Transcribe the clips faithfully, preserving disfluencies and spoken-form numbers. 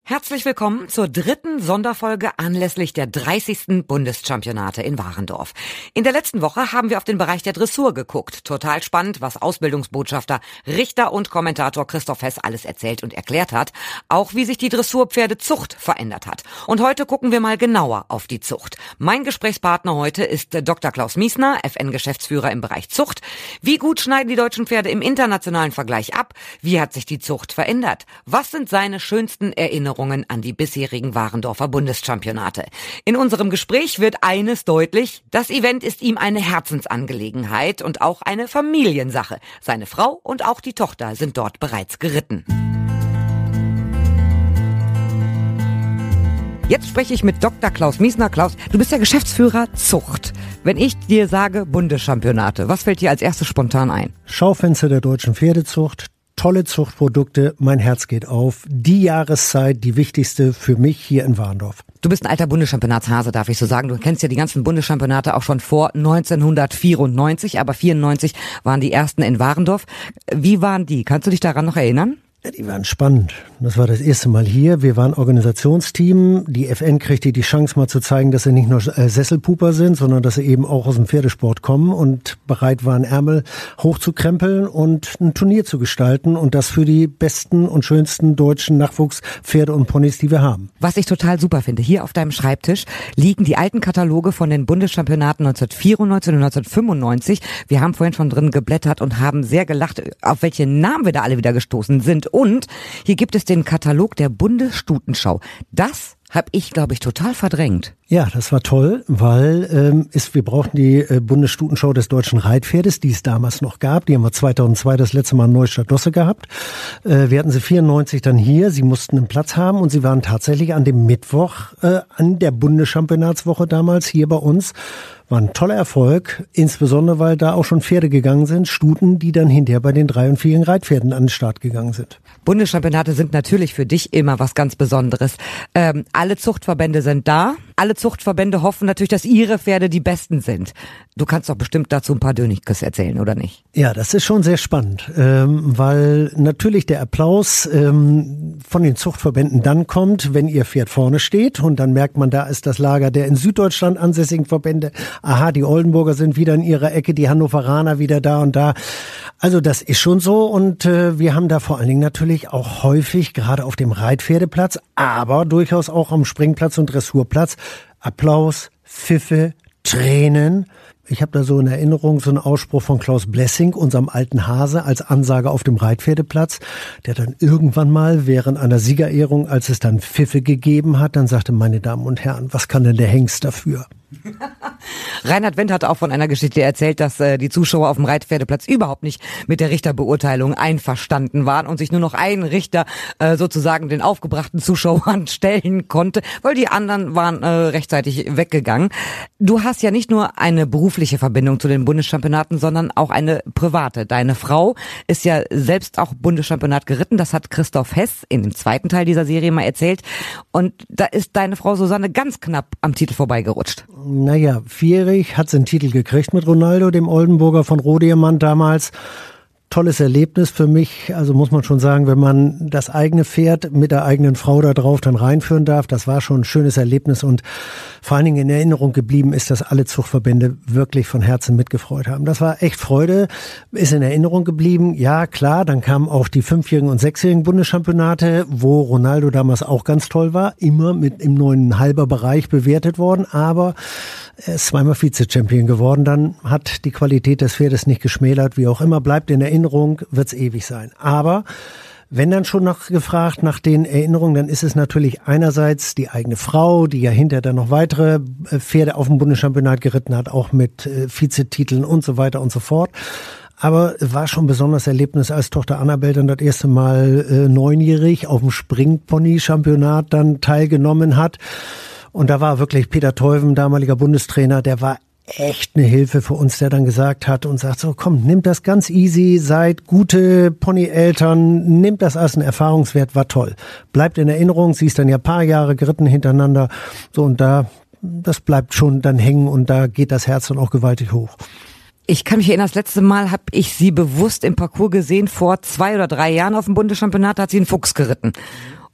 Herzlich willkommen zur dritten Sonderfolge anlässlich der dreißigsten Bundeschampionate in Warendorf. In der letzten Woche haben wir auf den Bereich der Dressur geguckt. Total spannend, was Ausbildungsbotschafter, Richter und Kommentator Christoph Hess alles erzählt und erklärt hat. Auch wie sich die Dressurpferdezucht verändert hat. Und heute gucken wir mal genauer auf die Zucht. Mein Gesprächspartner heute ist Doktor Klaus Miesner, F N-Geschäftsführer im Bereich Zucht. Wie gut schneiden die deutschen Pferde im internationalen Vergleich ab? Wie hat sich die Zucht verändert? Was sind seine schönsten Erinnerungen an die bisherigen Warendorfer Bundeschampionate? In unserem Gespräch wird eines deutlich: Das Event ist ihm eine Herzensangelegenheit und auch eine Familiensache. Seine Frau und auch die Tochter sind dort bereits geritten. Jetzt spreche ich mit Doktor Klaus Miesner. Klaus, du bist ja Geschäftsführer Zucht. Wenn ich dir sage Bundeschampionate, was fällt dir als erstes spontan ein? Schaufenster der deutschen Pferdezucht. Tolle Zuchtprodukte, mein Herz geht auf. Die Jahreszeit, die wichtigste für mich hier in Warendorf. Du bist ein alter Bundeschampionatshase, darf ich so sagen. Du kennst ja die ganzen Bundeschampionate auch schon vor neunzehnhundertvierundneunzig, aber vierundneunzig waren die ersten in Warendorf. Wie waren die? Kannst du dich daran noch erinnern? Ja, die waren spannend. Das war das erste Mal hier. Wir waren Organisationsteam. Die F N kriegte die Chance mal zu zeigen, dass sie nicht nur Sesselpuper sind, sondern dass sie eben auch aus dem Pferdesport kommen und bereit waren, Ärmel hochzukrempeln und ein Turnier zu gestalten, und das für die besten und schönsten deutschen Nachwuchspferde und Ponys, die wir haben. Was ich total super finde, hier auf deinem Schreibtisch liegen die alten Kataloge von den Bundeschampionaten neunzehnhundertvierundneunzig und neunzehnhundertfünfundneunzig. Wir haben vorhin schon drin geblättert und haben sehr gelacht, auf welche Namen wir da alle wieder gestoßen sind. Und hier gibt es den Katalog der Bundesstutenschau. Das habe ich, glaube ich, total verdrängt. Ja, das war toll, weil ähm, ist, wir brauchten die äh, Bundesstutenschau des deutschen Reitpferdes, die es damals noch gab. Die haben wir zweitausendzwei das letzte Mal in Neustadt-Dosse gehabt. Äh, wir hatten sie vierundneunzig dann hier. Sie mussten einen Platz haben und sie waren tatsächlich an dem Mittwoch äh, an der Bundeschampionatswoche damals hier bei uns. War ein toller Erfolg, insbesondere weil da auch schon Pferde gegangen sind, Stuten, die dann hinterher bei den drei- und vierjährigen Reitpferden an den Start gegangen sind. Bundeschampionate sind natürlich für dich immer was ganz Besonderes. Ähm, alle Zuchtverbände sind da. Alle Zuchtverbände hoffen natürlich, dass ihre Pferde die besten sind. Du kannst doch bestimmt dazu ein paar Dönigkes erzählen, oder nicht? Ja, das ist schon sehr spannend, ähm, weil natürlich der Applaus ähm, von den Zuchtverbänden dann kommt, wenn ihr Pferd vorne steht, und dann merkt man, da ist das Lager der in Süddeutschland ansässigen Verbände. Aha, die Oldenburger sind wieder in ihrer Ecke, die Hannoveraner wieder da und da. Also das ist schon so, und äh, wir haben da vor allen Dingen natürlich auch häufig, gerade auf dem Reitpferdeplatz, aber durchaus auch am Springplatz und Dressurplatz, Applaus, Pfiffe, Tränen. Ich habe da so in Erinnerung so einen Ausspruch von Klaus Blessing, unserem alten Hase, als Ansage auf dem Reitpferdeplatz, der dann irgendwann mal während einer Siegerehrung, als es dann Pfiffe gegeben hat, dann sagte: Meine Damen und Herren, was kann denn der Hengst dafür? Reinhard Wendt hat auch von einer Geschichte erzählt, dass äh, die Zuschauer auf dem Reitpferdeplatz überhaupt nicht mit der Richterbeurteilung einverstanden waren und sich nur noch ein Richter äh, sozusagen den aufgebrachten Zuschauern stellen konnte, weil die anderen waren äh, rechtzeitig weggegangen. Du hast ja nicht nur eine berufliche Verbindung zu den Bundeschampionaten, sondern auch eine private. Deine Frau ist ja selbst auch Bundeschampionat geritten. Das hat Christoph Hess in dem zweiten Teil dieser Serie mal erzählt. Und da ist deine Frau Susanne ganz knapp am Titel vorbeigerutscht. Naja, vierjährig hat sie einen Titel gekriegt mit Ronaldo, dem Oldenburger von Rohdiamant damals. Tolles Erlebnis für mich, also muss man schon sagen, wenn man das eigene Pferd mit der eigenen Frau da drauf dann reinführen darf, das war schon ein schönes Erlebnis, und vor allen Dingen in Erinnerung geblieben ist, dass alle Zuchtverbände wirklich von Herzen mitgefreut haben. Das war echt Freude, ist in Erinnerung geblieben. Ja, klar, dann kamen auch die fünfjährigen und sechsjährigen Bundeschampionate, wo Ronaldo damals auch ganz toll war, immer mit im neuen halber Bereich bewertet worden, aber er ist zweimal Vize-Champion geworden, dann hat die Qualität des Pferdes nicht geschmälert, wie auch immer, bleibt in Erinnerung, wird's ewig sein. Aber wenn dann schon noch gefragt nach den Erinnerungen, dann ist es natürlich einerseits die eigene Frau, die ja hinterher dann noch weitere Pferde auf dem Bundeschampionat geritten hat, auch mit Vizetiteln und so weiter und so fort. Aber es war schon ein besonderes Erlebnis, als Tochter Annabelle dann das erste Mal äh, neunjährig auf dem Springpony-Championat dann teilgenommen hat. Und da war wirklich Peter Teuven, damaliger Bundestrainer, der war echt eine Hilfe für uns, der dann gesagt hat und sagt so: Komm, nimmt das ganz easy, seid gute Ponyeltern, nimmt das als einen Erfahrungswert, war toll. Bleibt in Erinnerung, sie ist dann ja ein paar Jahre geritten hintereinander. So, und da, das bleibt schon dann hängen, und da geht das Herz dann auch gewaltig hoch. Ich kann mich erinnern, das letzte Mal habe ich sie bewusst im Parcours gesehen, vor zwei oder drei Jahren auf dem Bundeschampionat, da hat sie einen Fuchs geritten.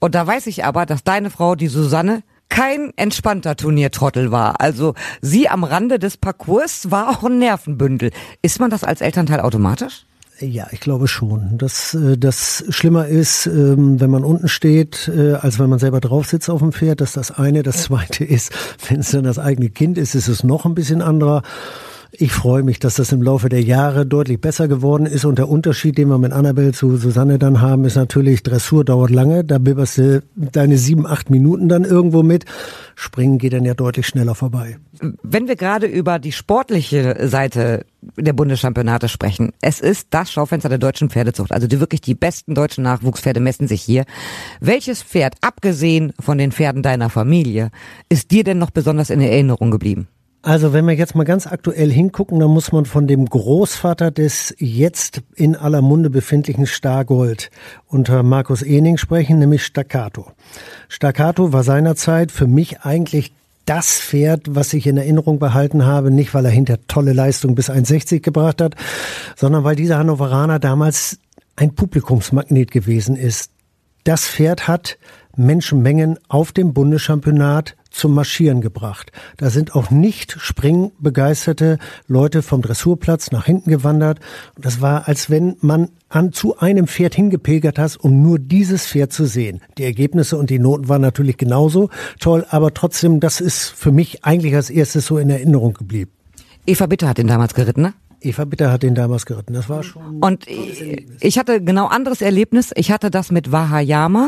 Und da weiß ich aber, dass deine Frau, die Susanne, kein entspannter Turniertrottel war. Also sie am Rande des Parcours war auch ein Nervenbündel. Ist man das als Elternteil automatisch? Ja, ich glaube schon. Dass das schlimmer ist, wenn man unten steht, als wenn man selber drauf sitzt auf dem Pferd. Das ist das eine. Das zweite ist, wenn es dann das eigene Kind ist, ist es noch ein bisschen anderer. Ich freue mich, dass das im Laufe der Jahre deutlich besser geworden ist. Und der Unterschied, den wir mit Annabelle zu Susanne dann haben, ist natürlich, Dressur dauert lange. Da bibberst du deine sieben, acht Minuten dann irgendwo mit. Springen geht dann ja deutlich schneller vorbei. Wenn wir gerade über die sportliche Seite der Bundeschampionate sprechen, es ist das Schaufenster der deutschen Pferdezucht. Also die wirklich die besten deutschen Nachwuchspferde messen sich hier. Welches Pferd, abgesehen von den Pferden deiner Familie, ist dir denn noch besonders in Erinnerung geblieben? Also wenn wir jetzt mal ganz aktuell hingucken, dann muss man von dem Großvater des jetzt in aller Munde befindlichen Stargold unter Markus Ehning sprechen, nämlich Staccato. Staccato war seinerzeit für mich eigentlich das Pferd, was ich in Erinnerung behalten habe, nicht weil er hinter tolle Leistung bis eins sechzig gebracht hat, sondern weil dieser Hannoveraner damals ein Publikumsmagnet gewesen ist. Das Pferd hat Menschenmengen auf dem Bundeschampionat zum Marschieren gebracht. Da sind auch nicht springbegeisterte Leute vom Dressurplatz nach hinten gewandert. Und das war, als wenn man an zu einem Pferd hingepilgert hat, um nur dieses Pferd zu sehen. Die Ergebnisse und die Noten waren natürlich genauso toll, aber trotzdem, das ist für mich eigentlich als erstes so in Erinnerung geblieben. Eva Bitter hat ihn damals geritten, ne? Eva Bitter hat den damals geritten. Das war schon. Und ich hatte genau anderes Erlebnis. Ich hatte das mit Wahayama.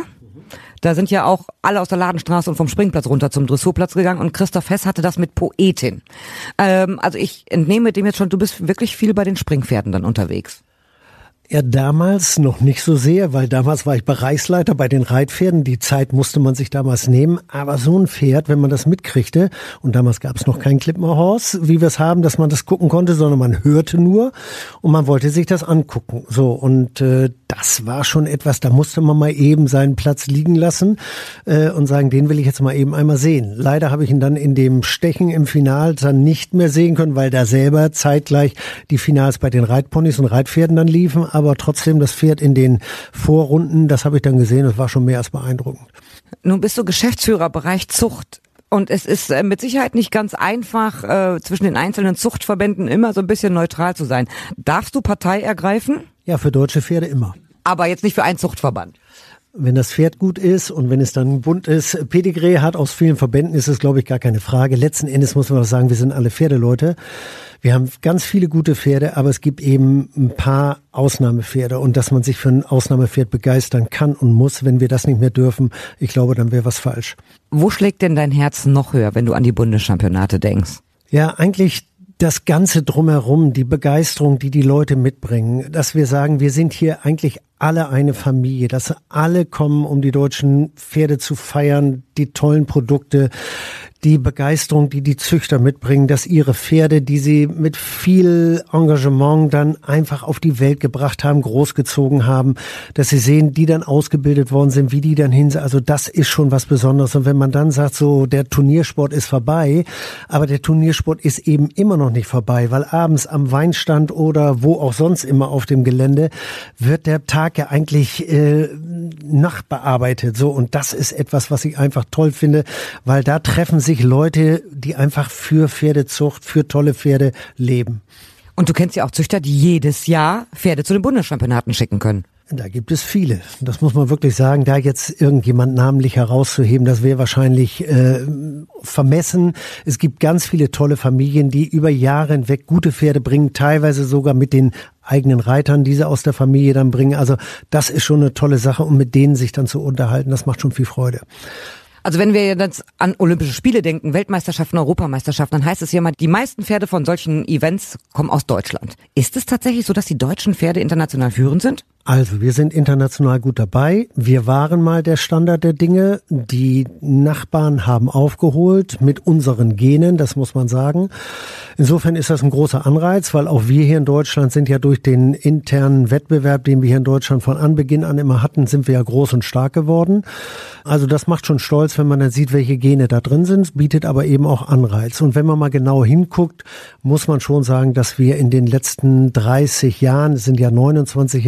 Da sind ja auch alle aus der Ladenstraße und vom Springplatz runter zum Dressurplatz gegangen und Christoph Hess hatte das mit Poetin. Ähm, also ich entnehme dem jetzt schon, du bist wirklich viel bei den Springpferden dann unterwegs. Ja, damals noch nicht so sehr, weil damals war ich Bereichsleiter bei den Reitpferden. Die Zeit musste man sich damals nehmen. Aber so ein Pferd, wenn man das mitkriegte, und damals gab es noch kein Clipmore-Horse, wie wir es haben, dass man das gucken konnte, sondern man hörte nur und man wollte sich das angucken. So, und äh, das war schon etwas, da musste man mal eben seinen Platz liegen lassen äh, und sagen, den will ich jetzt mal eben einmal sehen. Leider habe ich ihn dann in dem Stechen im Final dann nicht mehr sehen können, weil da selber zeitgleich die Finals bei den Reitponys und Reitpferden dann liefen. Aber trotzdem das Pferd in den Vorrunden, das habe ich dann gesehen, das war schon mehr als beeindruckend. Nun bist du Geschäftsführer Bereich Zucht und es ist äh, mit Sicherheit nicht ganz einfach, äh, zwischen den einzelnen Zuchtverbänden immer so ein bisschen neutral zu sein. Darfst du Partei ergreifen? Ja, für deutsche Pferde immer. Aber jetzt nicht für einen Zuchtverband. Wenn das Pferd gut ist und wenn es dann bunt ist, Pedigree hat aus vielen Verbänden, ist es, glaube ich, gar keine Frage. Letzten Endes muss man auch sagen, wir sind alle Pferdeleute. Wir haben ganz viele gute Pferde, aber es gibt eben ein paar Ausnahmepferde. Und dass man sich für ein Ausnahmepferd begeistern kann und muss, wenn wir das nicht mehr dürfen, ich glaube, dann wäre was falsch. Wo schlägt denn dein Herz noch höher, wenn du an die Bundeschampionate denkst? Ja, eigentlich das Ganze drumherum, die Begeisterung, die die Leute mitbringen, dass wir sagen, wir sind hier eigentlich alle eine Familie, dass alle kommen, um die deutschen Pferde zu feiern, die tollen Produkte, die Begeisterung, die die Züchter mitbringen, dass ihre Pferde, die sie mit viel Engagement dann einfach auf die Welt gebracht haben, großgezogen haben, dass sie sehen, die dann ausgebildet worden sind, wie die dann hin sind. Also das ist schon was Besonderes. Und wenn man dann sagt, so der Turniersport ist vorbei, aber der Turniersport ist eben immer noch nicht vorbei, weil abends am Weinstand oder wo auch sonst immer auf dem Gelände wird der Tag ja eigentlich äh, nachbearbeitet. So, und das ist etwas, was ich einfach toll finde, weil da treffen sich Leute, die einfach für Pferdezucht, für tolle Pferde leben. Und du kennst ja auch Züchter, die jedes Jahr Pferde zu den Bundeschampionaten schicken können. Da gibt es viele. Das muss man wirklich sagen. Da jetzt irgendjemand namentlich herauszuheben, das wäre wahrscheinlich äh, vermessen. Es gibt ganz viele tolle Familien, die über Jahre hinweg gute Pferde bringen, teilweise sogar mit den eigenen Reitern, die sie aus der Familie dann bringen. Also das ist schon eine tolle Sache und mit denen sich dann zu unterhalten, das macht schon viel Freude. Also wenn wir jetzt an Olympische Spiele denken, Weltmeisterschaften, Europameisterschaften, dann heißt es ja mal, die meisten Pferde von solchen Events kommen aus Deutschland. Ist es tatsächlich so, dass die deutschen Pferde international führend sind? Also, wir sind international gut dabei. Wir waren mal der Standard der Dinge. Die Nachbarn haben aufgeholt mit unseren Genen, das muss man sagen. Insofern ist das ein großer Anreiz, weil auch wir hier in Deutschland sind ja durch den internen Wettbewerb, den wir hier in Deutschland von Anbeginn an immer hatten, sind wir ja groß und stark geworden. Also das macht schon stolz, wenn man dann sieht, welche Gene da drin sind, bietet aber eben auch Anreiz. Und wenn man mal genau hinguckt, muss man schon sagen, dass wir in den letzten dreißig Jahren, es sind ja neunundzwanzig Jahre,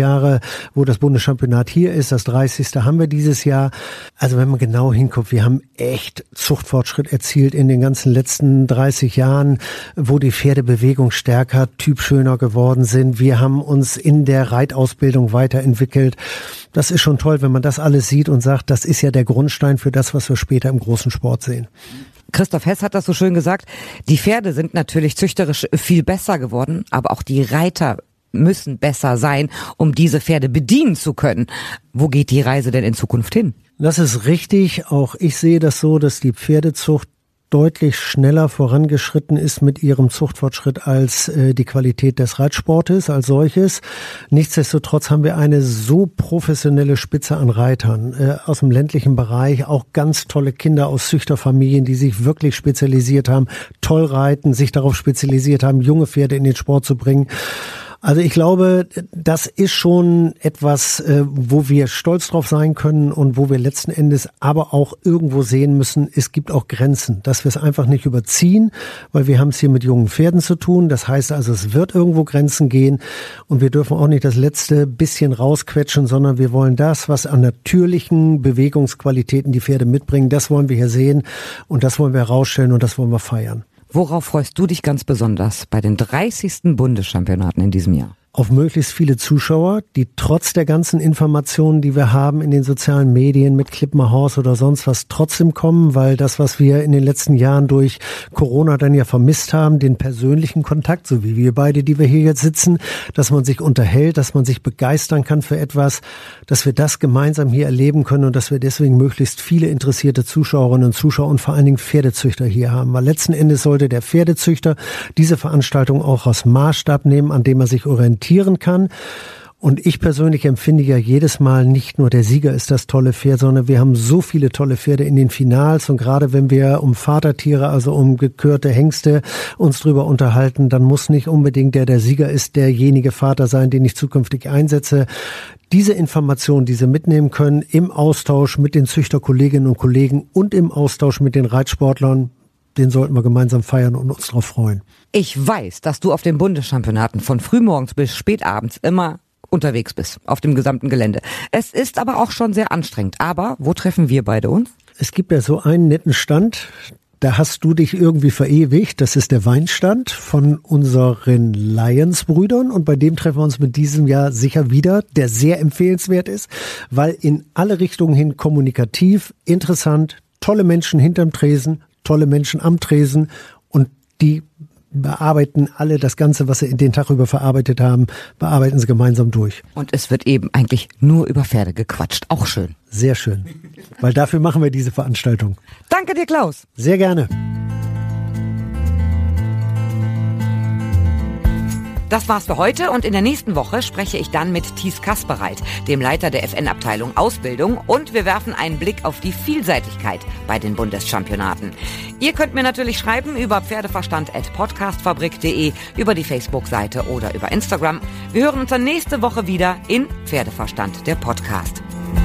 wo das Bundeschampionat hier ist. Das dreißigste haben wir dieses Jahr. Also wenn man genau hinguckt, wir haben echt Zuchtfortschritt erzielt in den ganzen letzten dreißig Jahren, wo die Pferdebewegung stärker, typschöner geworden sind. Wir haben uns in der Reitausbildung weiterentwickelt. Das ist schon toll, wenn man das alles sieht und sagt, das ist ja der Grundstein für das, was wir später im großen Sport sehen. Christoph Hess hat das so schön gesagt, die Pferde sind natürlich züchterisch viel besser geworden, aber auch die Reiter müssen besser sein, um diese Pferde bedienen zu können. Wo geht die Reise denn in Zukunft hin? Das ist richtig. Auch ich sehe das so, dass die Pferdezucht deutlich schneller vorangeschritten ist mit ihrem Zuchtfortschritt als äh, die Qualität des Reitsportes als solches. Nichtsdestotrotz haben wir eine so professionelle Spitze an Reitern äh, aus dem ländlichen Bereich, auch ganz tolle Kinder aus Züchterfamilien, die sich wirklich spezialisiert haben, toll reiten, sich darauf spezialisiert haben, junge Pferde in den Sport zu bringen. Also ich glaube, das ist schon etwas, wo wir stolz drauf sein können und wo wir letzten Endes aber auch irgendwo sehen müssen, es gibt auch Grenzen, dass wir es einfach nicht überziehen, weil wir haben es hier mit jungen Pferden zu tun. Das heißt also, es wird irgendwo Grenzen gehen und wir dürfen auch nicht das letzte bisschen rausquetschen, sondern wir wollen das, was an natürlichen Bewegungsqualitäten die Pferde mitbringen, das wollen wir hier sehen und das wollen wir herausstellen und das wollen wir feiern. Worauf freust du dich ganz besonders bei den dreißigsten Bundeschampionaten in diesem Jahr? Auf möglichst viele Zuschauer, die trotz der ganzen Informationen, die wir haben in den sozialen Medien mit Clip My Horse oder sonst was, trotzdem kommen, weil das, was wir in den letzten Jahren durch Corona dann ja vermisst haben, den persönlichen Kontakt, so wie wir beide, die wir hier jetzt sitzen, dass man sich unterhält, dass man sich begeistern kann für etwas, dass wir das gemeinsam hier erleben können und dass wir deswegen möglichst viele interessierte Zuschauerinnen und Zuschauer und vor allen Dingen Pferdezüchter hier haben. Weil letzten Endes sollte der Pferdezüchter diese Veranstaltung auch als Maßstab nehmen, an dem er sich orientiert kann. Und ich persönlich empfinde ja jedes Mal, nicht nur der Sieger ist das tolle Pferd, sondern wir haben so viele tolle Pferde in den Finals. Und gerade wenn wir um Vatertiere, also um gekürte Hengste uns drüber unterhalten, dann muss nicht unbedingt der, der Sieger ist, derjenige Vater sein, den ich zukünftig einsetze. Diese Informationen, die Sie mitnehmen können im Austausch mit den Züchterkolleginnen und Kollegen und im Austausch mit den Reitsportlern, den sollten wir gemeinsam feiern und uns darauf freuen. Ich weiß, dass du auf den Bundeschampionaten von frühmorgens bis spätabends immer unterwegs bist, auf dem gesamten Gelände. Es ist aber auch schon sehr anstrengend. Aber wo treffen wir beide uns? Es gibt ja so einen netten Stand, da hast du dich irgendwie verewigt. Das ist der Weinstand von unseren Lions-Brüdern und bei dem treffen wir uns mit diesem Jahr sicher wieder, der sehr empfehlenswert ist, weil in alle Richtungen hin kommunikativ, interessant, tolle Menschen hinterm Tresen, tolle Menschen am Tresen und die bearbeiten alle das Ganze, was sie den Tag über verarbeitet haben, bearbeiten sie gemeinsam durch. Und es wird eben eigentlich nur über Pferde gequatscht. Auch schön. Sehr schön, weil dafür machen wir diese Veranstaltung. Danke dir, Klaus. Sehr gerne. Das war's für heute und in der nächsten Woche spreche ich dann mit Thies Kaspereit, dem Leiter der F N-Abteilung Ausbildung, und wir werfen einen Blick auf die Vielseitigkeit bei den Bundeschampionaten. Ihr könnt mir natürlich schreiben über pferdeverstand at podcastfabrik punkt de, über die Facebook-Seite oder über Instagram. Wir hören uns dann nächste Woche wieder in Pferdeverstand, der Podcast.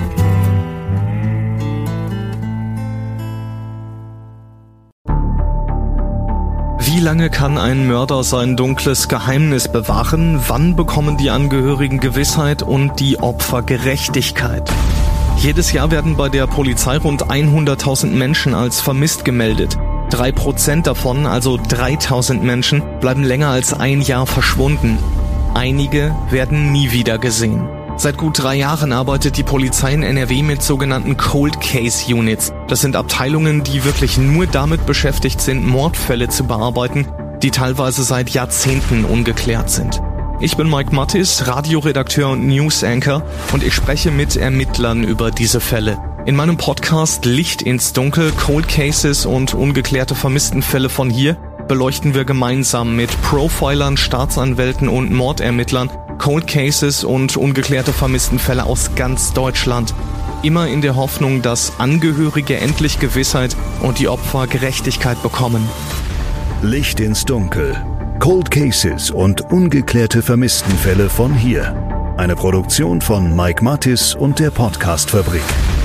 Wie lange kann ein Mörder sein dunkles Geheimnis bewahren? Wann bekommen die Angehörigen Gewissheit und die Opfer Gerechtigkeit? Jedes Jahr werden bei der Polizei rund hunderttausend Menschen als vermisst gemeldet. Drei Prozent davon, also dreitausend Menschen, bleiben länger als ein Jahr verschwunden. Einige werden nie wieder gesehen. Seit gut drei Jahren arbeitet die Polizei in N R W mit sogenannten Cold Case Units. Das sind Abteilungen, die wirklich nur damit beschäftigt sind, Mordfälle zu bearbeiten, die teilweise seit Jahrzehnten ungeklärt sind. Ich bin Mike Mattis, Radioredakteur und News Anchor, und ich spreche mit Ermittlern über diese Fälle. In meinem Podcast Licht ins Dunkel, Cold Cases und ungeklärte Vermisstenfälle von hier beleuchten wir gemeinsam mit Profilern, Staatsanwälten und Mordermittlern Cold Cases und ungeklärte Vermisstenfälle aus ganz Deutschland. Immer in der Hoffnung, dass Angehörige endlich Gewissheit und die Opfer Gerechtigkeit bekommen. Licht ins Dunkel. Cold Cases und ungeklärte Vermisstenfälle von hier. Eine Produktion von Mike Mattis und der Podcastfabrik.